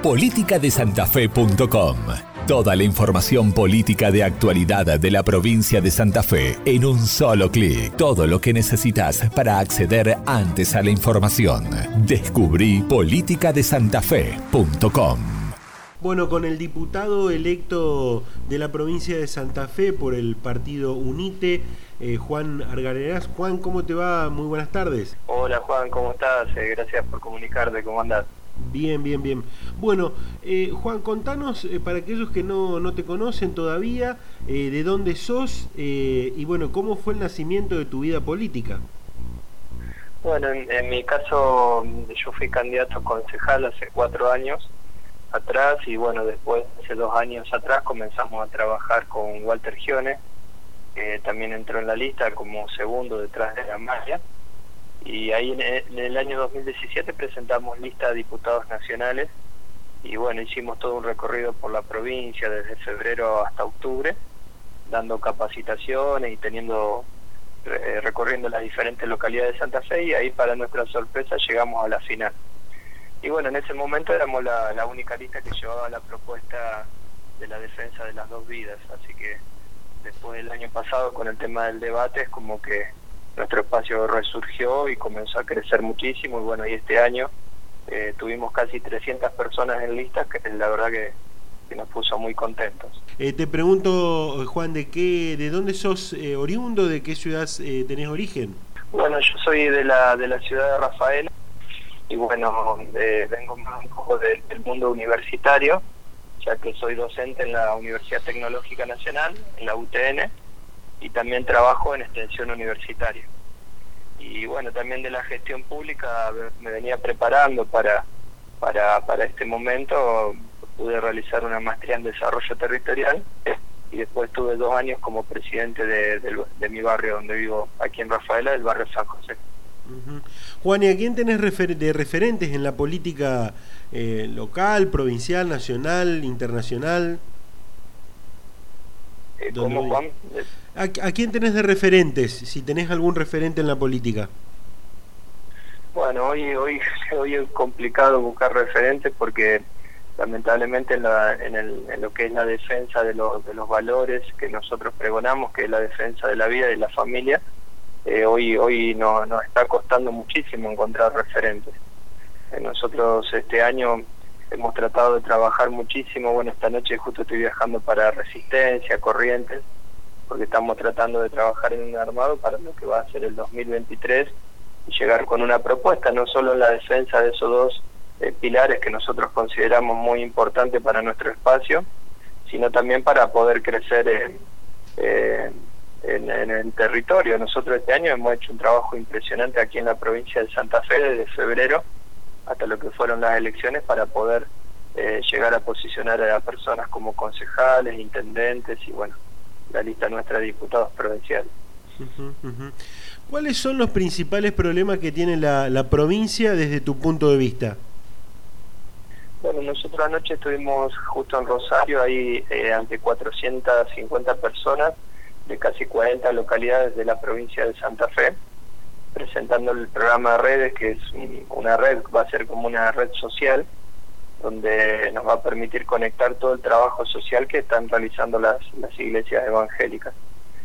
politicadesantafe.com. Toda la información política de actualidad de la provincia de Santa Fe en un solo clic. Todo lo que necesitas para acceder antes a la información. Descubrí politicadesantafe.com. Bueno, con el diputado electo de la provincia de Santa Fe por el partido UNITE, Juan Argareras. Juan, ¿cómo te va? Muy buenas tardes. Hola Juan, ¿cómo estás? Gracias por comunicarte, ¿cómo andás? Bien. Bueno, Juan, contanos, para aquellos que no te conocen todavía, de dónde sos y bueno, cómo fue el nacimiento de tu vida política. Bueno, en mi caso, yo fui candidato a concejal hace 4 años atrás y bueno, después, hace 2 años atrás, comenzamos a trabajar con Walter Gione, que también entró en la lista como segundo detrás de Amalia. Y ahí en el año 2017 presentamos lista de diputados nacionales y bueno, hicimos todo un recorrido por la provincia desde febrero hasta octubre, dando capacitaciones y recorriendo las diferentes localidades de Santa Fe, y ahí para nuestra sorpresa llegamos a la final. Y bueno, en ese momento éramos la única lista que llevaba la propuesta de la defensa de las 2 vidas, así que después del año pasado con el tema del debate es como que nuestro espacio resurgió y comenzó a crecer muchísimo, y bueno, y este año tuvimos casi 300 personas en listas, que la verdad que nos puso muy contentos. Te pregunto, Juan, ¿de dónde sos oriundo? ¿De qué ciudad tenés origen? Bueno, yo soy de la ciudad de Rafaela, y bueno, vengo más un poco del mundo universitario, ya que soy docente en la Universidad Tecnológica Nacional, en la UTN, y también trabajo en extensión universitaria. Y bueno, también de la gestión pública me venía preparando para este momento. Pude realizar una maestría en desarrollo territorial y después tuve 2 años como presidente de mi barrio donde vivo, aquí en Rafaela, del barrio San José. Uh-huh. Juan, ¿y a quién tenés de referentes en la política local, provincial, nacional, internacional? ¿Cómo, Juan? ¿A quién tenés de referentes, si tenés algún referente en la política? Bueno, hoy es complicado buscar referentes porque lamentablemente en lo que es la defensa de los valores que nosotros pregonamos, que es la defensa de la vida y la familia, hoy nos está costando muchísimo encontrar referentes. Nosotros este año hemos tratado de trabajar muchísimo. Bueno, esta noche justo estoy viajando para Resistencia, Corrientes, porque estamos tratando de trabajar en un armado para lo que va a ser el 2023 y llegar con una propuesta, no solo en la defensa de esos 2 pilares que nosotros consideramos muy importantes para nuestro espacio, sino también para poder crecer en el territorio. Nosotros este año hemos hecho un trabajo impresionante aquí en la provincia de Santa Fe desde febrero hasta lo que fueron las elecciones para poder llegar a posicionar a personas como concejales, intendentes y bueno, la lista nuestra de diputados provinciales. ¿Cuáles son los principales problemas que tiene la provincia desde tu punto de vista? Bueno, nosotros anoche estuvimos justo en Rosario, ahí ante 450 personas de casi 40 localidades de la provincia de Santa Fe, presentando el programa de redes, que es una red, va a ser como una red social, donde nos va a permitir conectar todo el trabajo social que están realizando las iglesias evangélicas.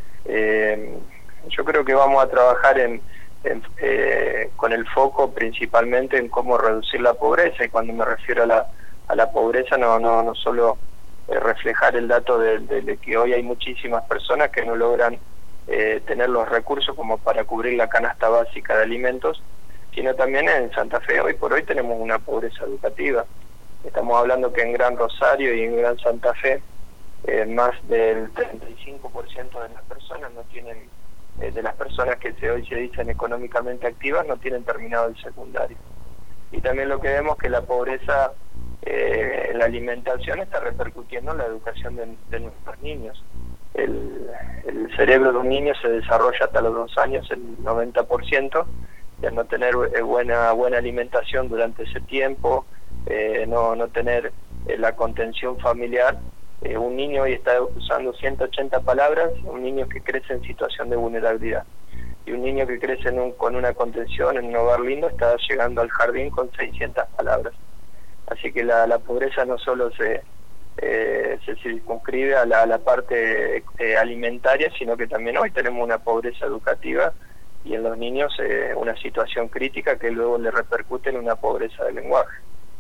Yo creo que vamos a trabajar con el foco principalmente en cómo reducir la pobreza, y cuando me refiero a la pobreza no solo reflejar el dato de que hoy hay muchísimas personas que no logran tener los recursos como para cubrir la canasta básica de alimentos, sino también en Santa Fe hoy por hoy tenemos una pobreza educativa. Estamos hablando que en Gran Rosario y en Gran Santa Fe más del 35% de las personas no tienen, de las personas que hoy se dicen económicamente activas, no tienen terminado el secundario. Y también lo que vemos que la pobreza en la alimentación está repercutiendo en la educación de nuestros niños. El cerebro de un niño se desarrolla hasta los 2 años el 90%, y al no tener buena alimentación durante ese tiempo, no tener la contención familiar, un niño hoy está usando 180 palabras, un niño que crece en situación de vulnerabilidad. Y un niño que crece con una contención en un hogar lindo está llegando al jardín con 600 palabras. Así que la pobreza no solo se circunscribe a la parte alimentaria, sino que también hoy tenemos una pobreza educativa y en los niños una situación crítica que luego le repercute en una pobreza del lenguaje.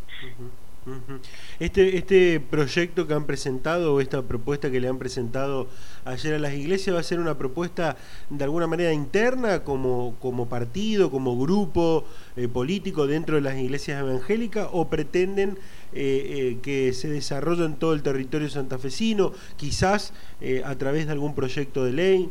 Este proyecto que han presentado, o esta propuesta que le han presentado ayer a las iglesias, ¿va a ser una propuesta de alguna manera interna, como partido, como grupo político dentro de las iglesias evangélicas, o pretenden que se desarrolle en todo el territorio santafesino, quizás a través de algún proyecto de ley?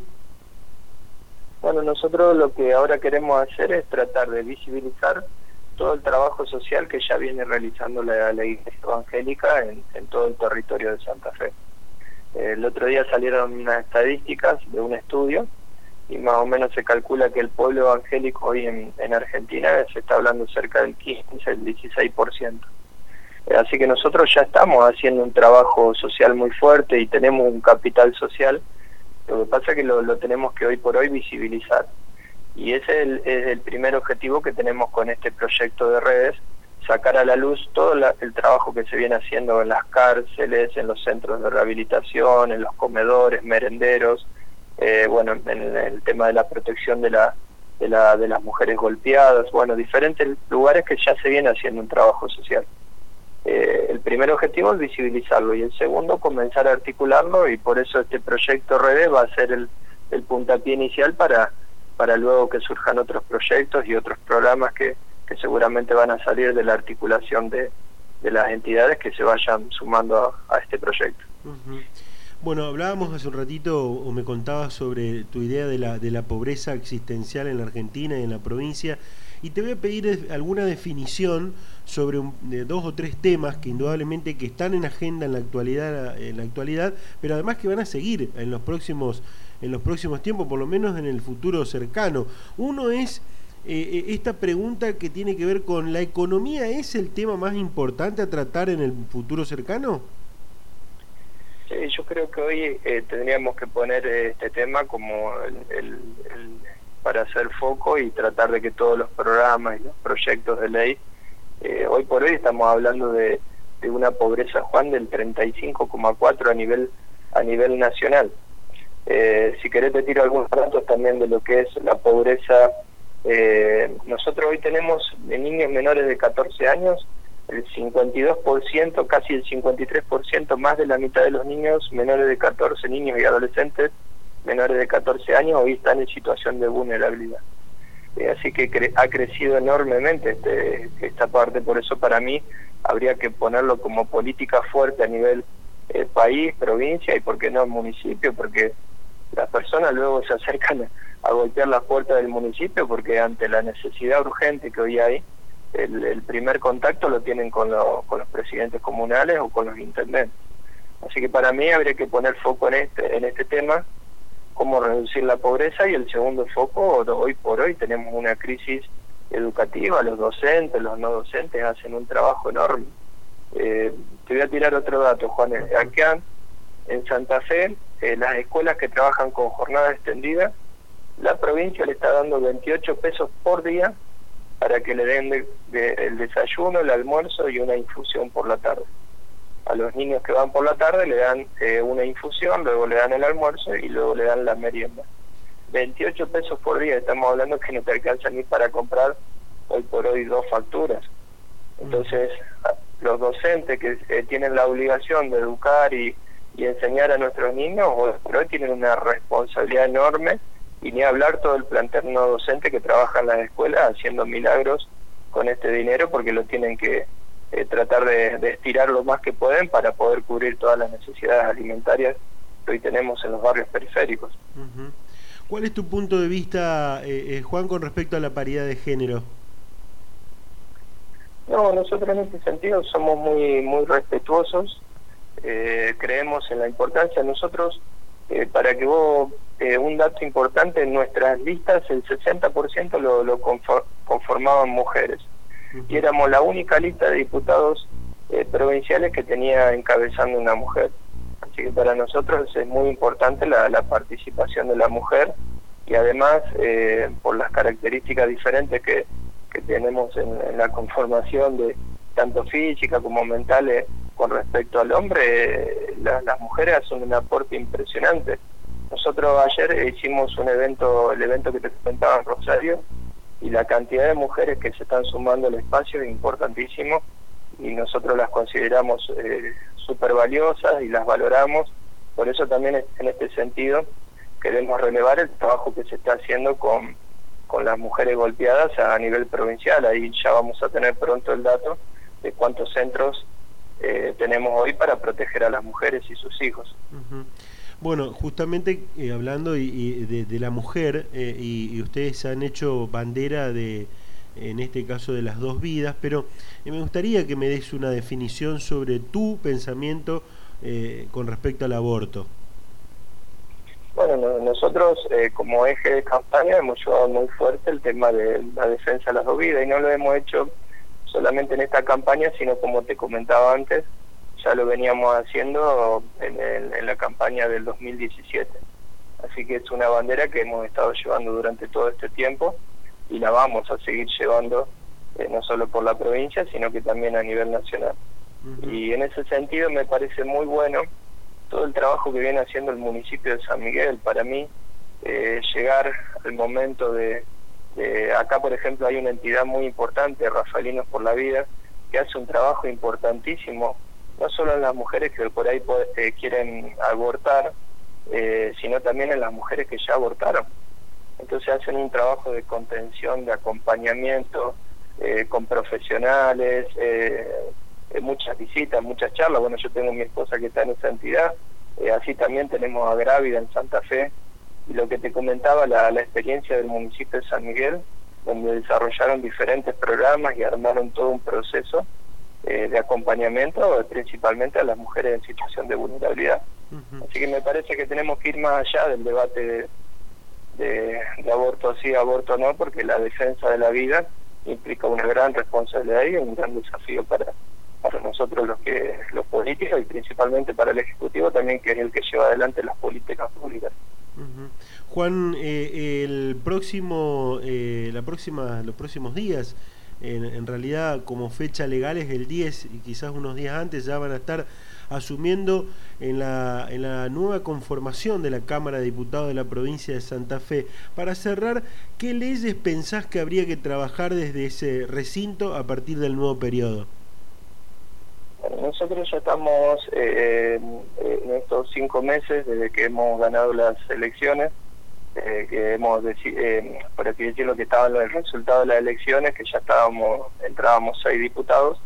Bueno, nosotros lo que ahora queremos hacer es tratar de visibilizar todo el trabajo social que ya viene realizando la Iglesia Evangélica en todo el territorio de Santa Fe. El otro día salieron unas estadísticas de un estudio y más o menos se calcula que el pueblo evangélico hoy en Argentina se está hablando cerca del 15, el 16%. Así que nosotros ya estamos haciendo un trabajo social muy fuerte y tenemos un capital social. Lo que pasa es que lo tenemos que hoy por hoy visibilizar. Y ese es el primer objetivo que tenemos con este proyecto de redes, sacar a la luz todo el trabajo que se viene haciendo en las cárceles, en los centros de rehabilitación, en los comedores, merenderos, bueno, en el tema de la protección de las mujeres golpeadas, bueno, diferentes lugares que ya se viene haciendo un trabajo social. El primer objetivo es visibilizarlo y el segundo comenzar a articularlo, y por eso este proyecto redes va a ser el puntapié inicial para luego que surjan otros proyectos y otros programas que seguramente van a salir de la articulación de las entidades que se vayan sumando a este proyecto. Bueno, hablábamos hace un ratito, o me contabas sobre tu idea de la pobreza existencial en la Argentina y en la provincia, y te voy a pedir alguna definición sobre dos o tres temas que indudablemente que están en agenda en la actualidad, pero además que van a seguir en los próximos tiempos, por lo menos en el futuro cercano. Uno es esta pregunta que tiene que ver con la economía. ¿Es el tema más importante a tratar en el futuro cercano? Sí, yo creo que hoy tendríamos que poner este tema como para hacer foco y tratar de que todos los programas y los proyectos de ley, hoy por hoy estamos hablando de una pobreza, Juan, del 35,4 a nivel nacional. Si querés te tiro algunos datos también de lo que es la pobreza. Nosotros hoy tenemos de niños menores de 14 años, el 52%, casi el 53%, más de la mitad de los niños menores de 14, niños y adolescentes menores de 14 años, hoy están en situación de vulnerabilidad. Así que ha crecido enormemente esta parte, por eso para mí habría que ponerlo como política fuerte a nivel país, provincia y por qué no municipio, porque las personas luego se acercan a golpear las puertas del municipio porque ante la necesidad urgente que hoy hay, el primer contacto lo tienen con los presidentes comunales o con los intendentes. Así que para mí habría que poner foco en este tema, cómo reducir la pobreza, y el segundo foco, hoy por hoy tenemos una crisis educativa, los docentes, los no docentes hacen un trabajo enorme. Te voy a tirar otro dato, Juan. Acá en Santa Fe, las escuelas que trabajan con jornada extendida, la provincia le está dando 28 pesos por día para que le den el desayuno, el almuerzo y una infusión por la tarde. A los niños que van por la tarde le dan una infusión, luego le dan el almuerzo y luego le dan la merienda. 28 pesos por día, estamos hablando que no te alcanza ni para comprar hoy por hoy 2 facturas. Entonces, los docentes que tienen la obligación de educar y enseñar a nuestros niños, hoy por hoy tienen una responsabilidad enorme, y ni hablar todo el plantel no docente que trabaja en las escuelas haciendo milagros con este dinero, porque lo tienen que tratar de estirar lo más que pueden para poder cubrir todas las necesidades alimentarias que hoy tenemos en los barrios periféricos. ¿Cuál es tu punto de vista, Juan, con respecto a la paridad de género? No, nosotros en este sentido somos muy respetuosos, creemos en la importancia. Nosotros, para que vos, un dato importante, en nuestras listas el 60% lo conformaban mujeres, y éramos la única lista de diputados provinciales que tenía encabezando una mujer. Así que para nosotros es muy importante la participación de la mujer, y además por las características diferentes que tenemos en la conformación de tanto física como mentales, con respecto al hombre, las mujeres hacen un aporte impresionante. Nosotros ayer hicimos el evento que te comentaba en Rosario, y la cantidad de mujeres que se están sumando al espacio es importantísimo, y nosotros las consideramos súper valiosas y las valoramos. Por eso también en este sentido queremos relevar el trabajo que se está haciendo con las mujeres golpeadas a nivel provincial. Ahí ya vamos a tener pronto el dato de cuántos centros tenemos hoy para proteger a las mujeres y sus hijos. Uh-huh. Bueno, justamente hablando de la mujer, y ustedes han hecho bandera en este caso de las dos vidas, pero me gustaría que me des una definición sobre tu pensamiento con respecto al aborto. Bueno, nosotros como eje de campaña hemos llevado muy fuerte el tema de la defensa de las dos vidas, y no lo hemos hecho solamente en esta campaña, sino como te comentaba antes, ya lo veníamos haciendo en la campaña del 2017. Así que es una bandera que hemos estado llevando durante todo este tiempo, y la vamos a seguir llevando no solo por la provincia, sino que también a nivel nacional. Uh-huh. Y en ese sentido me parece muy bueno todo el trabajo que viene haciendo el municipio de San Miguel. Para mí, llegar al momento acá, por ejemplo, hay una entidad muy importante, Rafaelinos por la Vida, que hace un trabajo importantísimo, no solo en las mujeres que por ahí quieren abortar, sino también en las mujeres que ya abortaron. Entonces hacen un trabajo de contención, de acompañamiento, con profesionales, muchas visitas, muchas charlas. Bueno, yo tengo a mi esposa que está en esa entidad, así también tenemos a Grávida en Santa Fe, y lo que te comentaba, la experiencia del municipio de San Miguel, donde desarrollaron diferentes programas y armaron todo un proceso de acompañamiento, principalmente a las mujeres en situación de vulnerabilidad. Uh-huh. Así que me parece que tenemos que ir más allá del debate de aborto sí, aborto no, porque la defensa de la vida implica una gran responsabilidad y un gran desafío para nosotros los políticos, y principalmente para el Ejecutivo también, que es el que lleva adelante las políticas públicas. Uh-huh. Juan, los próximos días, en realidad como fecha legal es el 10, y quizás unos días antes ya van a estar asumiendo en la nueva conformación de la Cámara de Diputados de la provincia de Santa Fe. Para cerrar, ¿qué leyes pensás que habría que trabajar desde ese recinto a partir del nuevo periodo? Bueno, nosotros ya estamos en estos 5 meses desde que hemos ganado las elecciones, que hemos por así decirlo, que estaba el resultado de las elecciones, que ya entrábamos 6 diputados.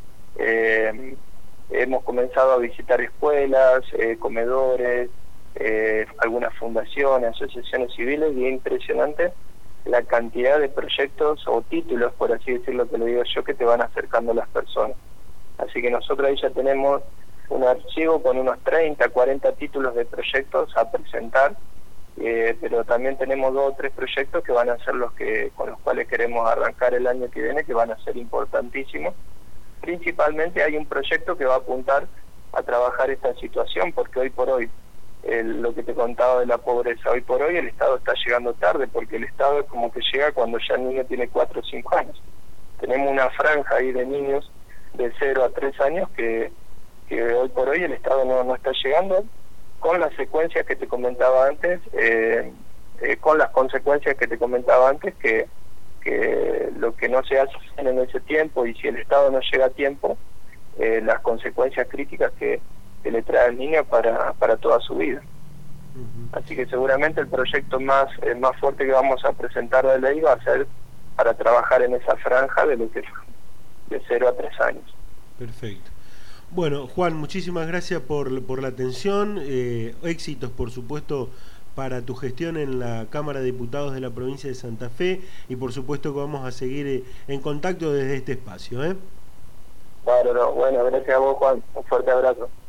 Hemos comenzado a visitar escuelas, comedores, algunas fundaciones, asociaciones civiles, y es impresionante la cantidad de proyectos o títulos, por así decirlo, te lo digo yo, que te van acercando a las personas. Así que nosotros ahí ya tenemos un archivo con unos 30, 40 títulos de proyectos a presentar, pero también tenemos 2 o 3 proyectos que van a ser con los cuales queremos arrancar el año que viene, que van a ser importantísimos. Principalmente hay un proyecto que va a apuntar a trabajar esta situación, porque hoy por hoy, lo que te contaba de la pobreza, hoy por hoy el Estado está llegando tarde, porque el Estado es como que llega cuando ya el niño tiene 4 o 5 años. Tenemos una franja ahí de niños de 0 a 3 años que hoy por hoy el Estado no está llegando, con las secuencias que te comentaba antes, con las consecuencias que te comentaba antes, que lo que no se hace en ese tiempo, y si el Estado no llega a tiempo, las consecuencias críticas que le trae al niño para toda su vida. Uh-huh. Así que seguramente el proyecto más fuerte que vamos a presentar de ley va a ser para trabajar en esa franja de 0 a 3 años. Perfecto. Bueno, Juan, muchísimas gracias por la atención, éxitos por supuesto para tu gestión en la Cámara de Diputados de la provincia de Santa Fe, y por supuesto que vamos a seguir en contacto desde este espacio. Claro, bueno, gracias a vos, Juan, un fuerte abrazo.